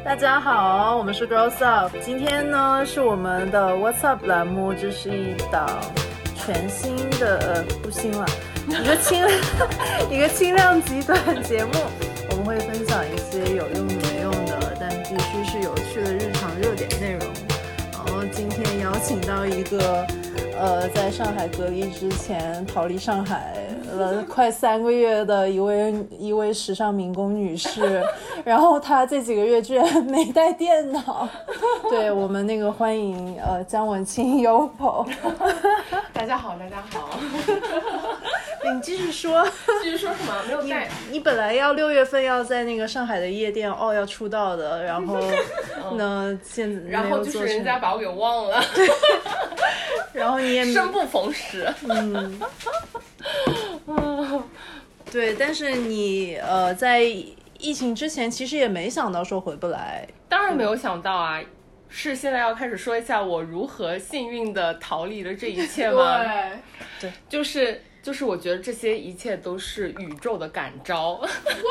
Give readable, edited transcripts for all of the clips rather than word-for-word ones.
大家好，我们是 Grows Up。今天呢是我们的 What's Up 栏目，这是一档全新的不新了，一个轻量级短节目。我们会分享一些有用没用的，但必须是有趣的日常热点内容。然后今天邀请到一个在上海隔离之前逃离上海了快3个月的一位时尚民工女士，然后她这几个月居然没带电脑。对，我们那个欢迎姜文清 Yopo。 大家好，大家好。 你继续说什么？没有带。 你本来要6月份要在那个上海的夜店要出道的，然后呢现在然后就是人家把我给忘了。 然后你也生不逢时。 对，但是你在疫情之前其实也没想到说回不来。 当然没有想到啊，是现在要开始说一下我如何幸运的逃离了这一切吗？ 对， 就是我觉得这些一切都是宇宙的感召。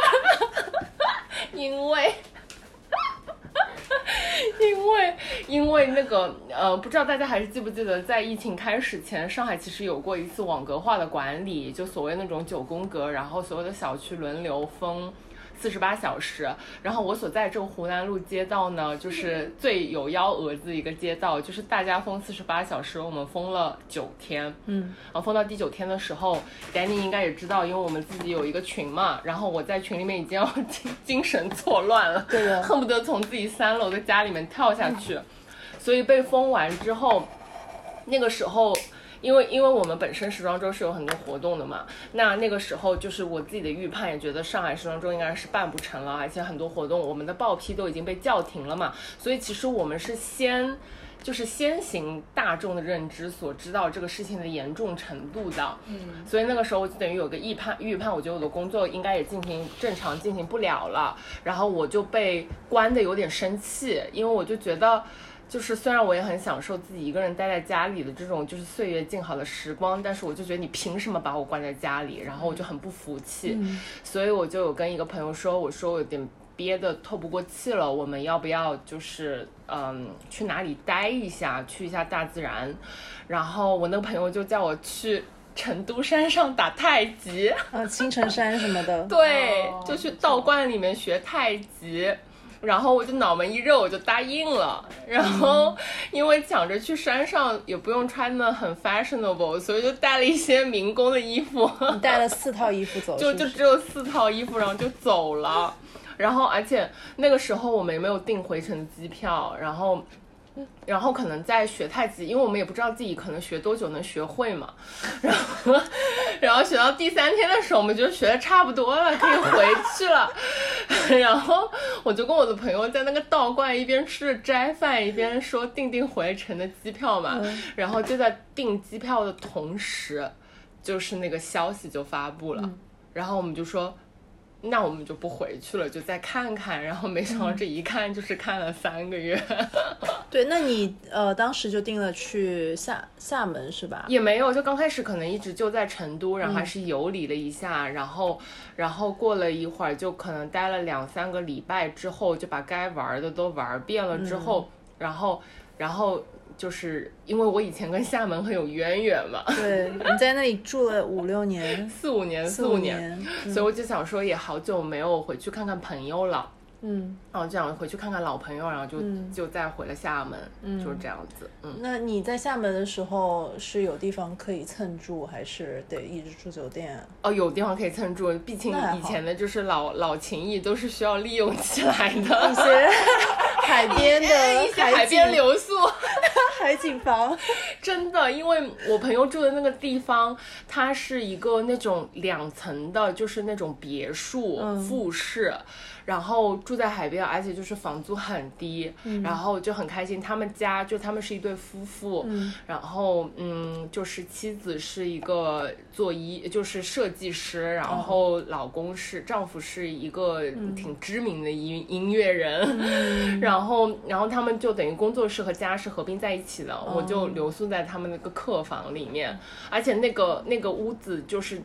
因为那个不知道大家还是记不记得，在疫情开始前，上海其实有过一次网格化的管理，就所谓那种9宫格，然后所有的小区轮流封48小时。然后我所在这个湖南路街道呢，就是最有幺蛾子一个街道，就是大家封48小时，我们封了9天。然后封到第9天的时候，丹尼应该也知道，因为我们自己有一个群嘛，然后我在群里面已经要精神错乱了， 对的， 恨不得从自己3楼的家里面跳下去。所以被封完之后，那个时候因为我们本身时装周是有很多活动的嘛，那个时候就是我自己的预判，也觉得上海时装周应该是办不成了，而且很多活动我们的报批都已经被叫停了嘛，所以其实我们是先行大众的认知所知道这个事情的严重程度的。所以那个时候我就等于有个预判，我觉得我的工作应该也正常进行不了了，然后我就被关的有点生气，因为我就觉得就是虽然我也很享受自己一个人待在家里的这种就是岁月静好的时光，但是我就觉得你凭什么把我关在家里，然后我就很不服气。所以我就有跟一个朋友说，我说我有点憋得透不过气了，我们要不要就是去哪里待一下，去一下大自然。然后我那个朋友就叫我去成都山上打太极， 青城山什么的。 对，就去道观里面学太极。然后我就脑门一热，我就答应了。然后因为抢着去山上也不用穿的很 fashionable， 所以就带了一些民工的衣服。 你带了4套衣服走， 就只有4套衣服，然后就走了。然后而且那个时候我们也没有订回程的机票，然后可能在学太极，因为我们也不知道自己可能学多久能学会嘛，然后学到第3天的时候，我们就学的差不多了，可以回去了。然后我就跟我的朋友在那个道观一边吃着斋饭，一边说订回程的机票嘛。然后就在订机票的同时，就是那个消息就发布了。然后我们就说那我们就不回去了，就再看看。然后没想到这一看就是看了3个月。 对，那你当时就定了去厦门是吧？ 也没有，就刚开始可能一直就在成都，然后还是游离了一下，然后过了一会儿就可能待了2-3个礼拜之后，就把该玩的都玩遍了之后，然后就是因为我以前跟厦门很有渊源嘛， 对，你在那里住了5-6年 ，4-5年，所以我就想说也好久没有回去看看朋友了。然后这样回去看看老朋友，然后就再回了厦门，就是这样子。 那你在厦门的时候是有地方可以蹭住，还是得一直住酒店？ 有地方可以蹭住，毕竟以前的就是老情谊都是需要利用起来的， 一些海边的一些海边留宿海景房。 真的，因为我朋友住的那个地方，它是一个那种2层的，就是那种别墅复式。然后住在海边，而且就是房租很低，然后就很开心。他们是一对夫妇，然后就是妻子是一个就是设计师，然后丈夫是一个挺知名的音乐人，然后他们就等于工作室和家是合并在一起的，我就留宿在他们那个客房里面，而且那个屋子就是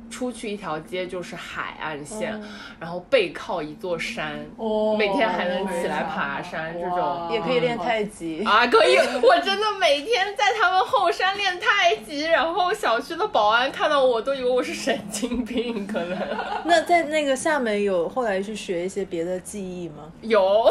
出去一条街就是海岸线，然后背靠一座山，每天还能起来爬山，这种也可以练太极啊，可以！我真的每天在他们后山练太极，然后小区的保安看到我都以为我是神经病，可能。 那在那个厦门有后来去学一些别的技艺吗？ 有。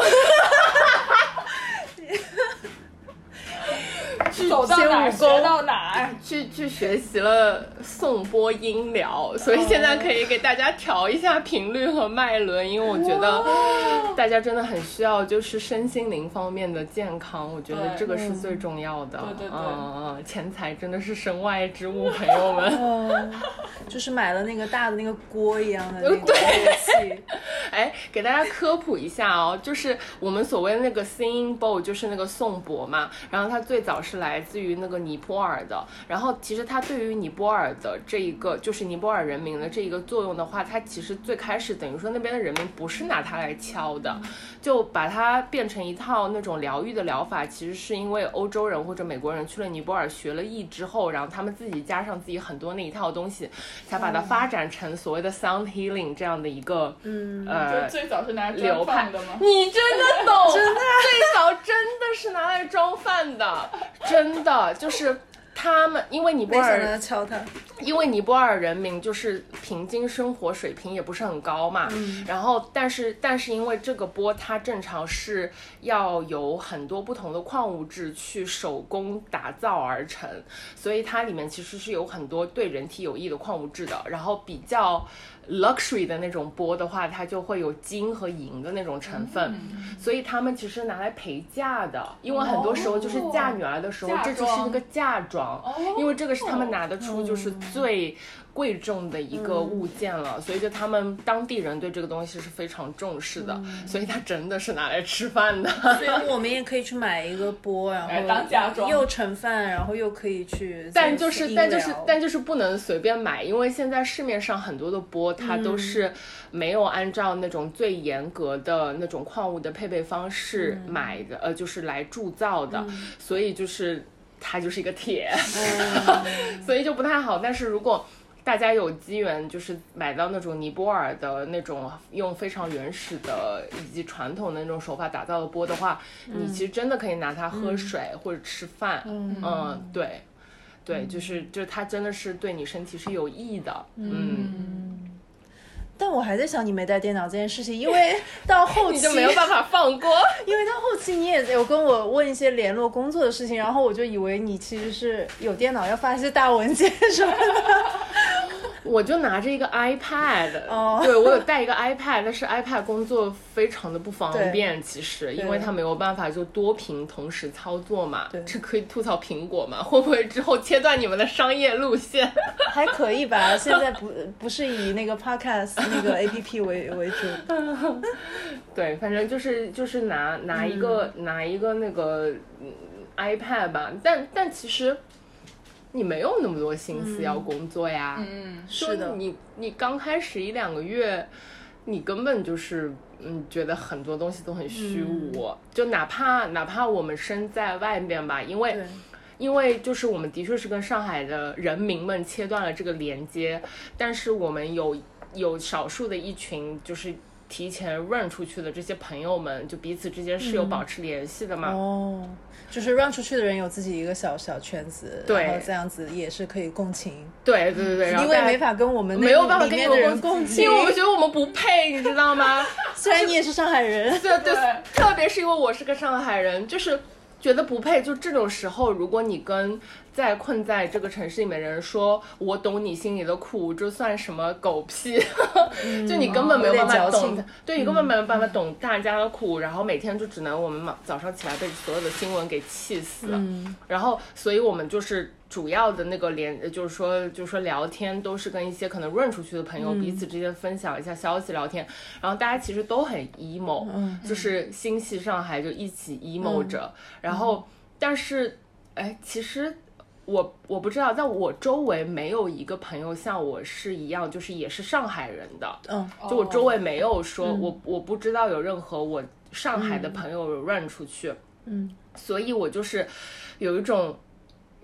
走到哪儿学到哪儿， 去学习了颂钵音疗，所以现在可以给大家调一下频率和脉轮，因为我觉得大家真的很需要就是身心灵方面的健康，我觉得这个是最重要的。 对， 钱财真的是身外之物，朋友们。 就是买了那个大的那个锅一样的那个乐器。 哎，给大家科普一下哦，就是我们所谓的那个 singing bowl， 就是那个颂钵嘛，然后它最早是来自于那个尼泊尔的，然后其实它对于尼泊尔的这一个就是尼泊尔人民的这一个作用的话，它其实最开始等于说那边的人民不是拿它来敲的，就把它变成一套那种疗愈的疗法，其实是因为欧洲人或者美国人去了尼泊尔学了艺之后，然后他们自己加上自己很多那一套东西，才把它发展成所谓的 sound healing 这样的一个就最早是拿来装饭的吗？ 你真的懂，真的，最早真的是拿来装饭的，真的就是他们，因为尼泊尔敲它， 因为尼泊尔人民就是平均生活水平也不是很高嘛，然后但是因为这个钵它正常是要有很多不同的矿物质去手工打造而成，所以它里面其实是有很多对人体有益的矿物质的，然后比较luxury 的那种钵的话，它就会有金和银的那种成分，所以他们其实拿来陪嫁的，因为很多时候就是嫁女儿的时候，这就是那个嫁妆，因为这个是他们拿得出就是最贵重的一个物件了，所以就他们当地人对这个东西是非常重视的，所以它真的是拿来吃饭的。 所以我们也可以去买一个钵，然后当嫁妆， 又盛饭，然后又可以去。 但就是不能随便买，因为现在市面上很多的钵它都是没有按照那种最严格的那种矿物的配备方式买的，就是来铸造的，所以就是它就是一个铁，所以就不太好。但是如果大家有机缘就是买到那种尼泊尔的那种用非常原始的以及传统的那种手法打造的钵的话，你其实真的可以拿它喝水或者吃饭。对，就是它真的是对你身体是有益的。 但我还在想你没带电脑这件事情，因为到后期你就没有办法放过， 因为到后期你也有跟我问一些联络工作的事情，然后我就以为你其实是有电脑要发一些大文件什么的。 我就拿着一个 iPad，对，我有带一个 iPad， 但是 iPad 工作非常的不方便，其实因为它没有办法就多屏同时操作嘛。这可以吐槽苹果嘛？会不会之后切断你们的商业路线？ 还可以吧，现在不是以那个 podcast 那个 APP 为主。 对，反正就是拿一个那个iPad 吧，但其实你没有那么多心思要工作呀。 是的， 你刚开始1-2个月，你根本就是觉得很多东西都很虚无，就哪怕我们身在外边吧，因为就是我们的确是跟上海的人民们切断了这个连接，但是我们有少数的一群就是提前 run 出去的这些朋友们，就彼此之间是有保持联系的嘛。 就是 run 出去的人有自己一个小圈子， 对， 然后这样子也是可以共情。 对，然后因为没法跟我们没有办法跟你们共情， 因为我们觉得我们不配，你知道吗？ 虽然你也是上海人， 对，特别是因为我是个上海人，就是觉得不配。就这种时候，如果你跟在困在这个城市里面的人说我懂你心里的苦，这算什么狗屁？就你根本没有办法懂，对，你根本没有办法懂大家的苦，然后每天就只能我们早上起来被所有的新闻给气死，然后所以我们就是主要的那个就是说聊天都是跟一些可能润出去的朋友彼此之间分享一下消息聊天，然后大家其实都很 emo，就是心系上海就一起 emo 着，然后但是其实我不知道，在我周围没有一个朋友像我是一样，就是也是上海人的。就我周围没有说，我不知道有任何我上海的朋友有run出去。所以我就是有一种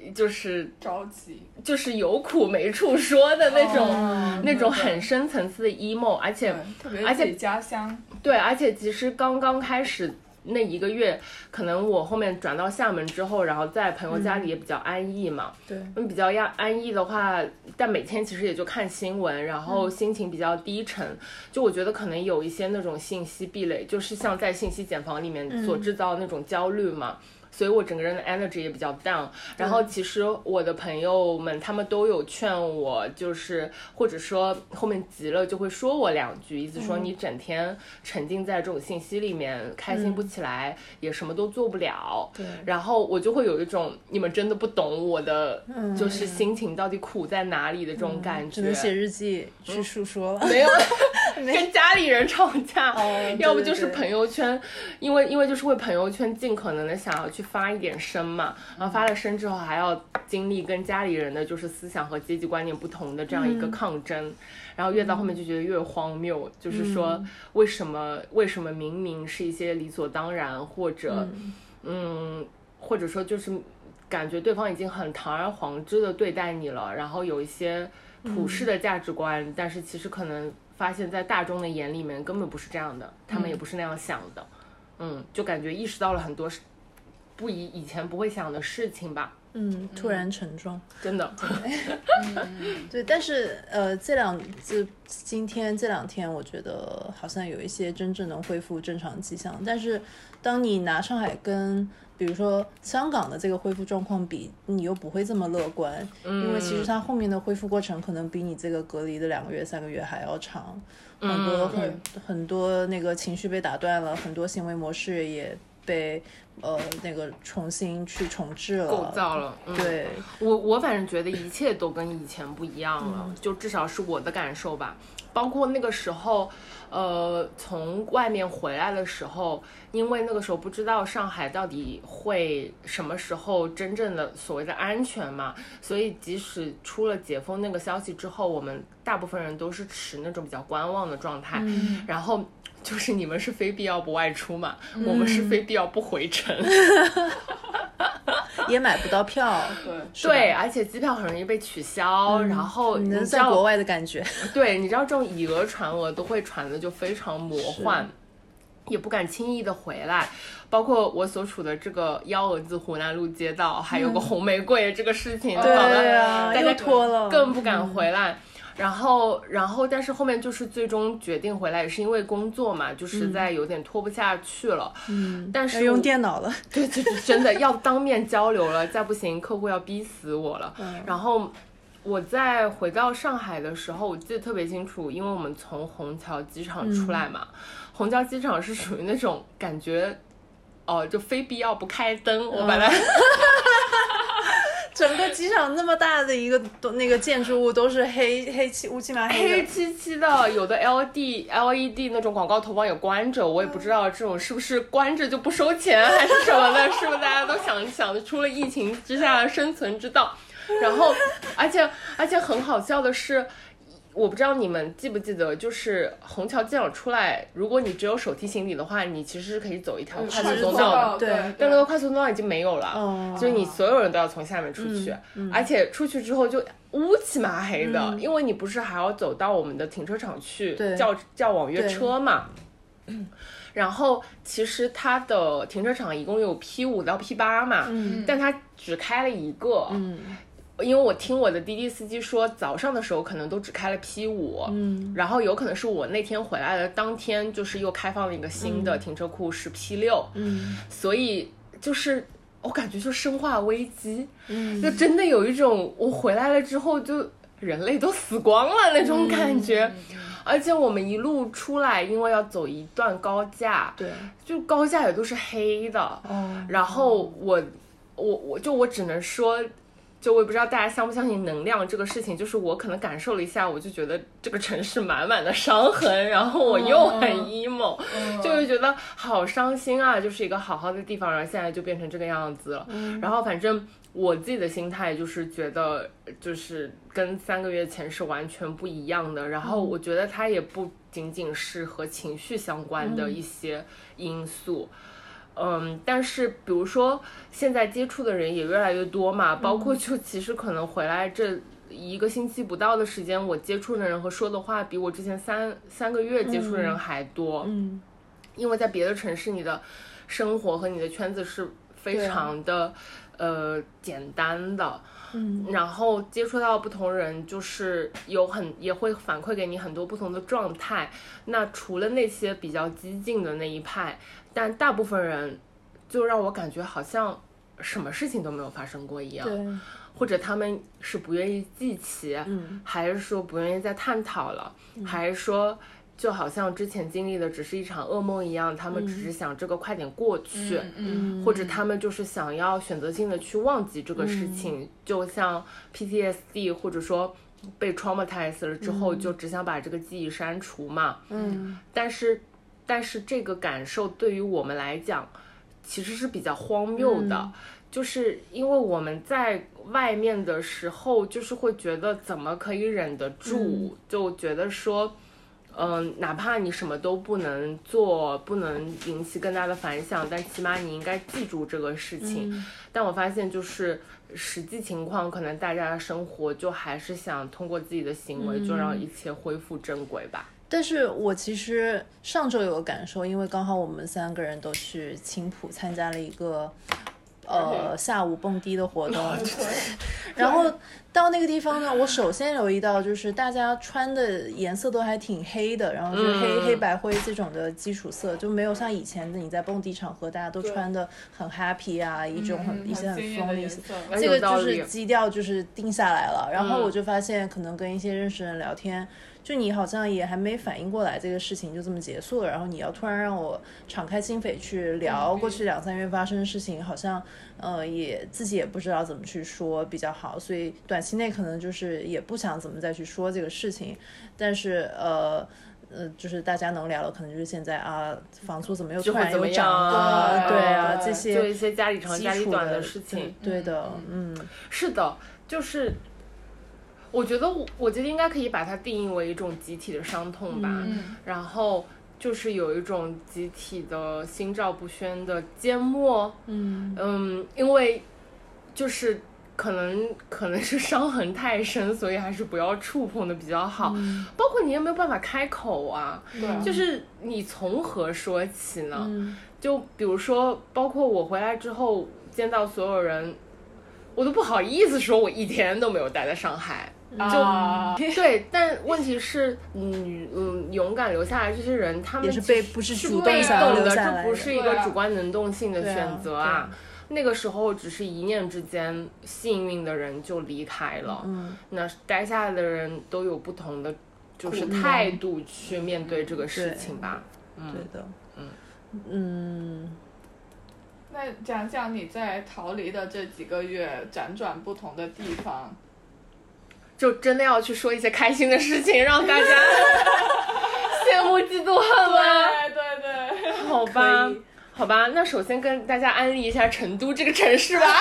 就是着急， 就是有苦没处说的那种很深层次的 emo， 而且特别自己家乡。 对，而且其实刚刚开始那1个月，可能我后面转到厦门之后，然后在朋友家里也比较安逸嘛。 对， 比较安逸的话，但每天其实也就看新闻，然后心情比较低沉。就我觉得可能有一些那种信息壁垒，就是像在信息茧房里面所制造那种焦虑嘛。所以我整个人的 energy 也比较 down， 然后其实我的朋友们他们都有劝我，就是或者说后面急了就会说我2句，意思说你整天沉浸在这种信息里面，开心不起来，也什么都做不了。 对， 然后我就会有一种你们真的不懂我的就是心情到底苦在哪里的这种感觉。 只能写日记去述说了。 没有跟家里人吵架，要不就是朋友圈，因为就是会朋友圈尽可能的想要去发一点声嘛，然后发了声之后还要经历跟家里人的就是思想和阶级观念不同的这样一个抗争，然后越到后面就觉得越荒谬，就是说为什么明明是一些理所当然，或者或者说就是感觉对方已经很堂而皇之的对待你了，然后有一些普世的价值观，但是其实可能发现在大众的眼里面根本不是这样的，他们也不是那样想的。就感觉意识到了很多以前不会想的事情吧。 突然沉重， 真的。 对，但是今天这2天，我觉得好像有一些真正能恢复正常迹象。但是当你拿上海跟比如说香港的这个恢复状况比，你又不会这么乐观，因为其实它后面的恢复过程可能比你这个隔离的2个月3个月还要长，很多那个情绪被打断了，很多行为模式也被那个重新去重置了， 构造了。 对， 我反正觉得一切都跟以前不一样了，就至少是我的感受吧。包括那个时候从外面回来的时候，因为那个时候不知道上海到底会什么时候真正的所谓的安全嘛，所以即使出了解封那个消息之后，我们大部分人都是持那种比较观望的状态。然后就是你们是非必要不外出嘛，我们是非必要不回城。 也买不到票， 对，而且机票很容易被取消，然后你能在国外的感觉， 对，你知道这种以讹传讹都会传的就非常魔幻，也不敢轻易的回来。包括我所处的这个幺蛾子湖南路街道，还有个红玫瑰这个事情，搞得大家拖了， 更不敢回来。然后，但是后面就是最终决定回来，也是因为工作嘛，就实在有点拖不下去了。但是要用电脑了， 对，真的要当面交流了，再不行客户要逼死我了。然后我在回到上海的时候，我记得特别清楚，因为我们从虹桥机场出来嘛，虹桥机场是属于那种感觉，就非必要不开灯。我本来。 整个机场那么大的一个那个建筑物都是黑漆乌漆嘛黑的， 黑漆漆的，有的 LED 那种广告投放也关着，我也不知道这种是不是关着就不收钱还是什么的，是不是大家都想得出了疫情之下的生存之道？然后而且很好笑的是，我不知道你们记不记得，就是虹桥机场出来，如果你只有手提行李的话，你其实是可以走一条快速通道的。 对， 但那个快速通道已经没有了，所以你所有人都要从下面出去，而且出去之后就乌漆麻黑的，因为你不是还要走到我们的停车场去叫网约车嘛。然后其实它的停车场一共有 P5 到 P8 嘛，但它只开了一个。因为我听我的滴滴司机说，早上的时候可能都只开了 P5，然后有可能是我那天回来的当天，就是又开放了一个新的停车库是 P6，所以就是我感觉就生化危机，就真的有一种我回来了之后就人类都死光了那种感觉。而且我们一路出来，因为要走一段高架， 对， 就高架也都是黑的，然后我只能说。就我也不知道大家相不相信能量这个事情，就是我可能感受了一下，我就觉得这个城市满满的伤痕，然后我又很 emo，就会觉得好伤心啊，就是一个好好的地方，然后现在就变成这个样子了。然后反正我自己的心态就是觉得，就是跟3个月前是完全不一样的。然后我觉得它也不仅仅是和情绪相关的一些因素。 但是比如说现在接触的人也越来越多嘛，包括就其实可能回来这1个星期不到的时间，我接触的人和说的话比我之前三个月接触的人还多。因为在别的城市，你的生活和你的圈子是非常的简单的。然后接触到不同人，就是也会反馈给你很多不同的状态。那除了那些比较激进的那一派，但大部分人就让我感觉好像什么事情都没有发生过一样。 对， 或者他们是不愿意记起，还是说不愿意再探讨了，还是说就好像之前经历的只是一场噩梦一样，他们只是想这个快点过去，或者他们就是想要选择性的去忘记这个事情，就像 PTSD 或者说被 traumatized 了之后，就只想把这个记忆删除嘛。但是这个感受对于我们来讲其实是比较荒谬的。就是因为我们在外面的时候，就是会觉得怎么可以忍得住，就觉得说哪怕你什么都不能做，不能引起更大的反响，但起码你应该记住这个事情。但我发现就是实际情况，可能大家的生活就还是想通过自己的行为就让一切恢复正轨吧。 但是我其实上周有个感受，因为刚好我们3个人都去青浦参加了一个下午蹦迪的活动，然后到那个地方呢，我首先留意到就是大家穿的颜色都还挺黑的，然后就是黑白灰这种的基础色，就没有像以前的你在蹦迪场合大家都穿的很 happy 啊，一些很锋利，这个就是基调就是定下来了。然后我就发现可能跟一些认识人聊天，就你好像也还没反应过来这个事情就这么结束了，然后你要突然让我敞开心扉去聊过去2-3月发生的事情，好像也自己也不知道怎么去说比较好，所以短期内可能就是也不想怎么再去说这个事情。但是就是大家能聊的可能就是现在啊，房租怎么又突然又涨了，对啊，这些就一些家里长家里短的事情。 对的， 是的，就是我觉得应该可以把它定义为一种集体的伤痛吧。然后就是有一种集体的心照不宣的缄默。因为就是可能是伤痕太深，所以还是不要触碰的比较好。包括你也没有办法开口啊，就是你从何说起呢？就比如说，包括我回来之后见到所有人，我都不好意思说我一天都没有待在上海。对，但问题是勇敢留下来这些人，他们也是不是主动想留下来的，这不是一个主观能动性的选择啊。那个时候只是一念之间，幸运的人就离开了。那待下来的人都有不同的就是态度去面对这个事情吧。 对的。 那讲讲你在逃离的这几个月辗转不同的地方， 就真的要去说一些开心的事情，让大家羡慕嫉妒恨吗？ 对， 好吧，那首先跟大家安利一下成都这个城市吧。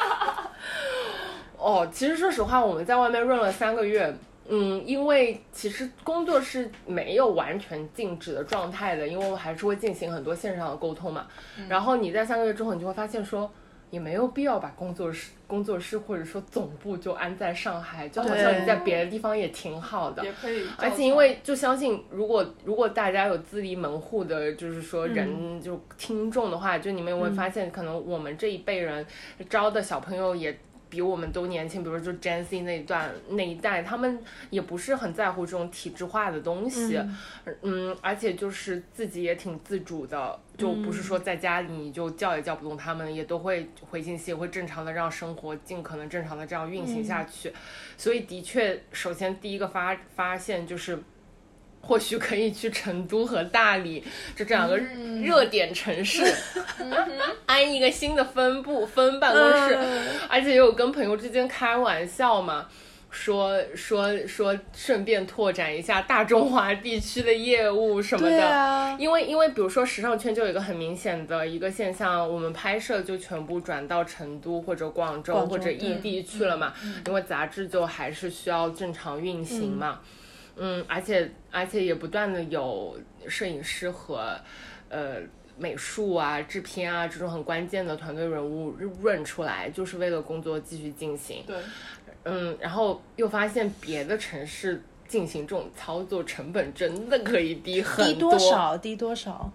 其实说实话，我们在外面润了3个月。因为其实工作是没有完全静止的状态的，因为我还是会进行很多线上的沟通嘛。然后你在3个月之后，你就会发现说，也没有必要把工作室或者说总部就安在上海，就好像你在别的地方也挺好的。 也可以。 而且因为就相信，如果大家有自立门户的，就是说人就听众的话，就你们也会发现，可能我们这一辈人招的小朋友也比我们都年轻，比如说就 Gen Z 那一代，他们也不是很在乎这种体制化的东西。而且就是自己也挺自主的，就不是说在家里你就叫也叫不动他们，也都会回信息，也会正常的让生活尽可能正常的这样运行下去。所以的确，首先第一个发现就是或许可以去成都和大理这2个热点城市安一个新的分办公室。而且也有跟朋友之间开玩笑嘛，说顺便拓展一下大中华地区的业务什么的。因为比如说时尚圈就有一个很明显的一个现象，我们拍摄就全部转到成都或者广州或者异地去了嘛。因为杂志就还是需要正常运行嘛。而且也不断的有摄影师和美术啊、制片啊这种很关键的团队人物润出来，就是为了工作继续进行。 对， 然后又发现别的城市进行这种操作成本真的可以低很多。 低多少？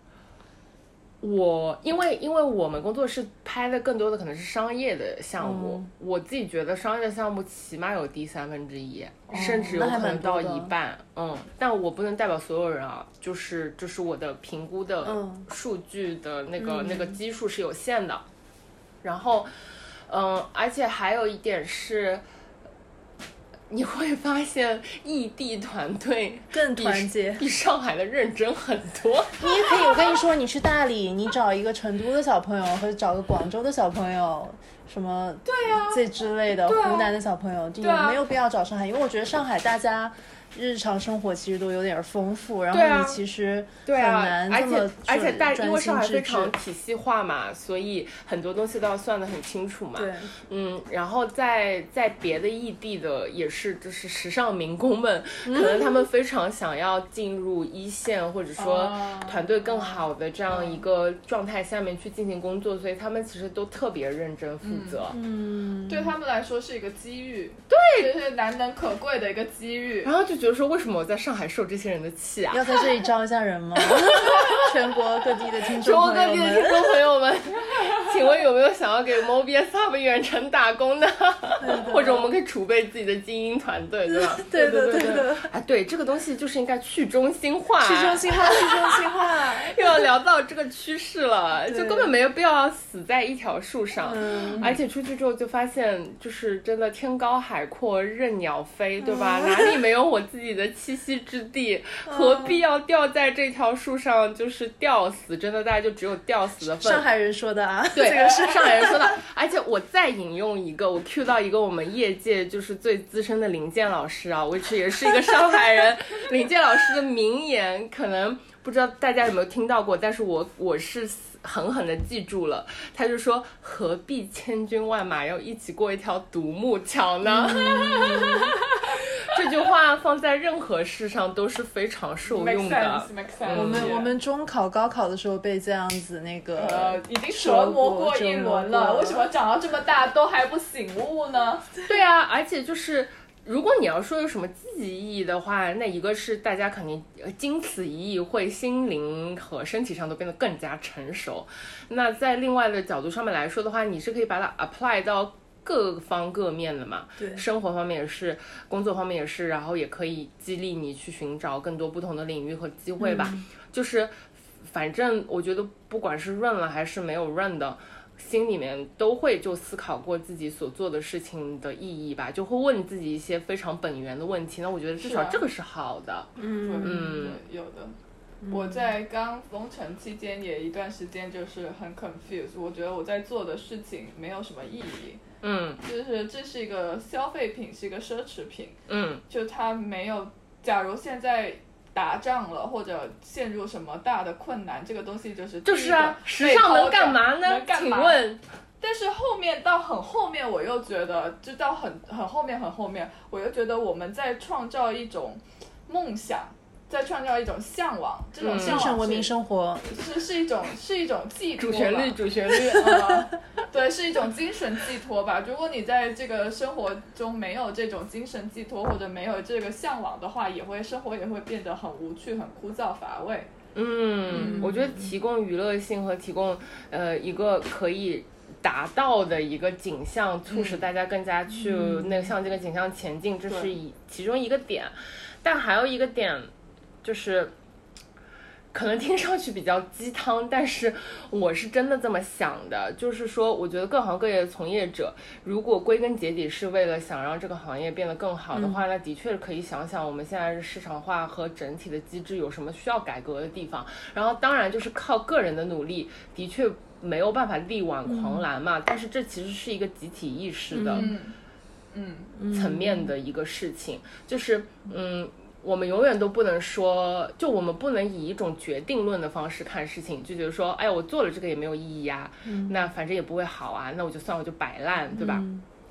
因为我们工作室拍的更多的可能是商业的项目，我自己觉得商业的项目起码有低1/3，甚至有可能到一半。但我不能代表所有人啊，就是我的评估的数据的那个基数是有限的。然后而且还有一点是，你会发现异地团队更团结， 比上海的认真很多。 你也可以，我跟你说，你去大理，你找一个成都的小朋友，或者找个广州的小朋友，什么这之类的，湖南的小朋友，你没有必要找上海，因为我觉得上海大家日常生活其实都有点丰富，然后你其实很难这么而且因为上海非专心致志常体系化嘛，所以很多东西都要算得很清楚嘛。 对， 然后在别的异地的也是，就是时尚民工们，可能他们非常想要进入一线，或者说团队更好的这样一个状态下面去进行工作，所以他们其实都特别认真负责。 对他们来说是一个机遇，对，这是难能可贵的一个机遇。 然后就觉得说，为什么我在上海受这些人的气啊？ 要在这里招一下人吗？全国各地的听众众朋友们， 全国各地的听众朋友们，请问有没有想要给 Mobius Hub 远程打工的？或者我们可以储备自己的精英团队，对吧？ 对的。 啊，对，这个东西就是应该去中心化， 去中心化， 又要聊到这个趋势了，就根本没有必要死在一条树上。而且出去之后就发现，就是真的天高海阔，任鸟飞，对吧？哪里没有我自己的栖息之地？何必要吊在这条树上，就是吊死？真的，大家就只有吊死的份。 上海人说的啊， 对，这个是上海人说的。而且我再引用一个，我 cue 到一个我们业界就是最资深的林健老师啊，which 也是一个上海人。林健老师的名言，可能不知道大家有没有听到过，但是我是狠狠的记住了。他就说，何必千军万马要一起过一条独木桥呢？这句话放在任何事上都是非常受用的。 我们中考、高考的时候被这样子那个已经折磨过一轮了，为什么长到这么大都还不醒悟呢？ 对啊，而且就是如果你要说有什么积极意义的话，那一个是大家肯定经此一役会心灵和身体上都变得更加成熟。那在另外的角度上面来说的话，你是可以把它 apply 到各方各面的嘛， 对， 生活方面也是，工作方面也是，然后也可以激励你去寻找更多不同的领域和机会吧。就是反正我觉得不管是润了还是没有润的，心里面都会就思考过自己所做的事情的意义吧，就会问自己一些非常本源的问题。那我觉得至少这个是好的。 有的。我在刚封城期间也一段时间就是很 confused， 我觉得我在做的事情没有什么意义。就是这是一个消费品，是一个奢侈品。就它没有，假如现在打仗了或者陷入什么大的困难，这个东西就是啊，时尚能干嘛呢？请问。 但是后面到很后面，我又觉得，就到很后面，我又觉得我们在创造一种梦想，在创造一种向往，这种向往文明生活是一种寄托吧， 主旋律， 对，是一种精神寄托吧。如果你在这个生活中没有这种精神寄托，或者没有这个向往的话，生活也会变得很无趣、很枯燥乏味。 我觉得提供娱乐性和提供一个可以达到的一个景象，促使大家更加去向这个景象前进，这是其中一个点。但还有一个点就是可能听上去比较鸡汤，但是我是真的这么想的，就是说我觉得各行各业的从业者如果归根结底是为了想让这个行业变得更好的话，那的确可以想想我们现在市场化和整体的机制有什么需要改革的地方。然后当然就是靠个人的努力的确没有办法力挽狂澜嘛，但是这其实是一个集体意识的层面的一个事情。就是我们永远都不能说，就我们不能以一种决定论的方式看事情，就觉得说，哎，我做了这个也没有意义啊，那反正也不会好啊，那我就算我就摆烂，对吧？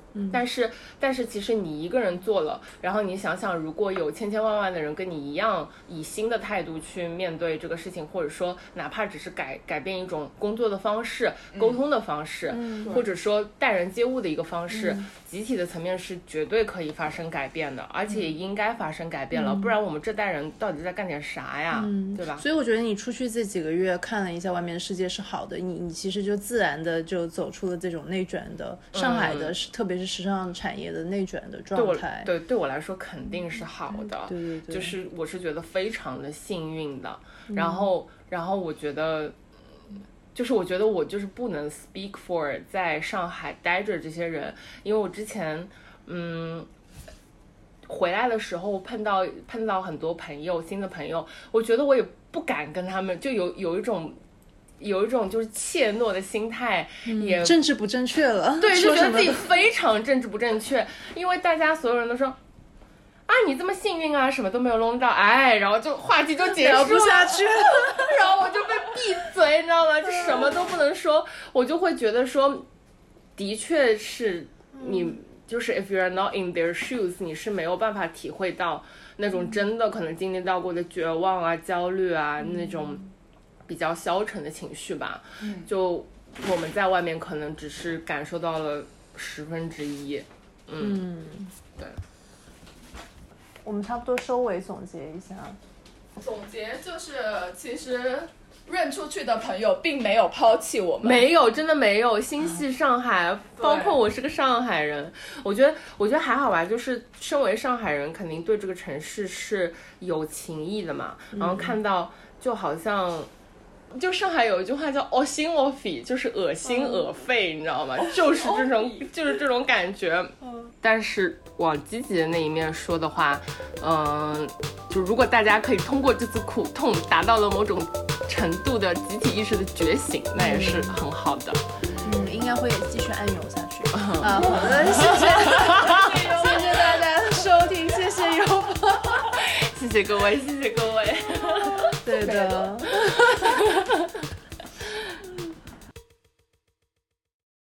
但是其实你一个人做了，然后你想想，如果有千千万万的人跟你一样以新的态度去面对这个事情，或者说哪怕只是改变一种工作的方式、沟通的方式，或者说待人接物的一个方式，集体的层面是绝对可以发生改变的，而且也应该发生改变了，不然我们这代人到底在干点啥呀？对吧？ 所以我觉得你出去这几个月看了一下外面的世界是好的，你其实就自然的就走出了这种内卷的上海的，特别是时尚产业的内卷的状态。 对我来说肯定是好的， 对， 就是我是觉得非常的幸运的。然后我觉得我就是不能 speak for 在上海待着这些人，因为我之前回来的时候碰到很多朋友，新的朋友，我觉得我也不敢跟他们，就有一种就是怯懦的心态，也政治不正确了， 对，就觉得自己非常政治不正确，因为大家所有人都说啊你这么幸运啊，什么都没有弄到，然后就话题就结束了， 聊不下去了然后我就被闭嘴，你知道吗？就什么都不能说，我就会觉得说，的确是你。就是 if you're not in their shoes， 你是没有办法体会到那种真的可能经历到过的绝望啊、焦虑啊，那种比较消沉的情绪吧。就我们在外面可能只是感受到了1/10。对。 我们差不多收尾总结一下。 总结就是，其实认出去的朋友并没有抛弃我们， 没有，真的没有。心系上海，包括我是个上海人，我觉得还好吧。就是身为上海人，肯定对这个城市是有情谊的嘛。然后看到，就好像，就上海有一句话叫恶心恶肺，就是恶心恶肺，你知道吗？就是这种感觉。但是往积极的那一面说的话，就如果大家可以通过这次苦痛达到了某种程度的集体意识的觉醒，那也是很好的。 应该会继续暗涌下去。好的，谢谢大家的收听，谢谢优宝， 谢谢各位， 对的。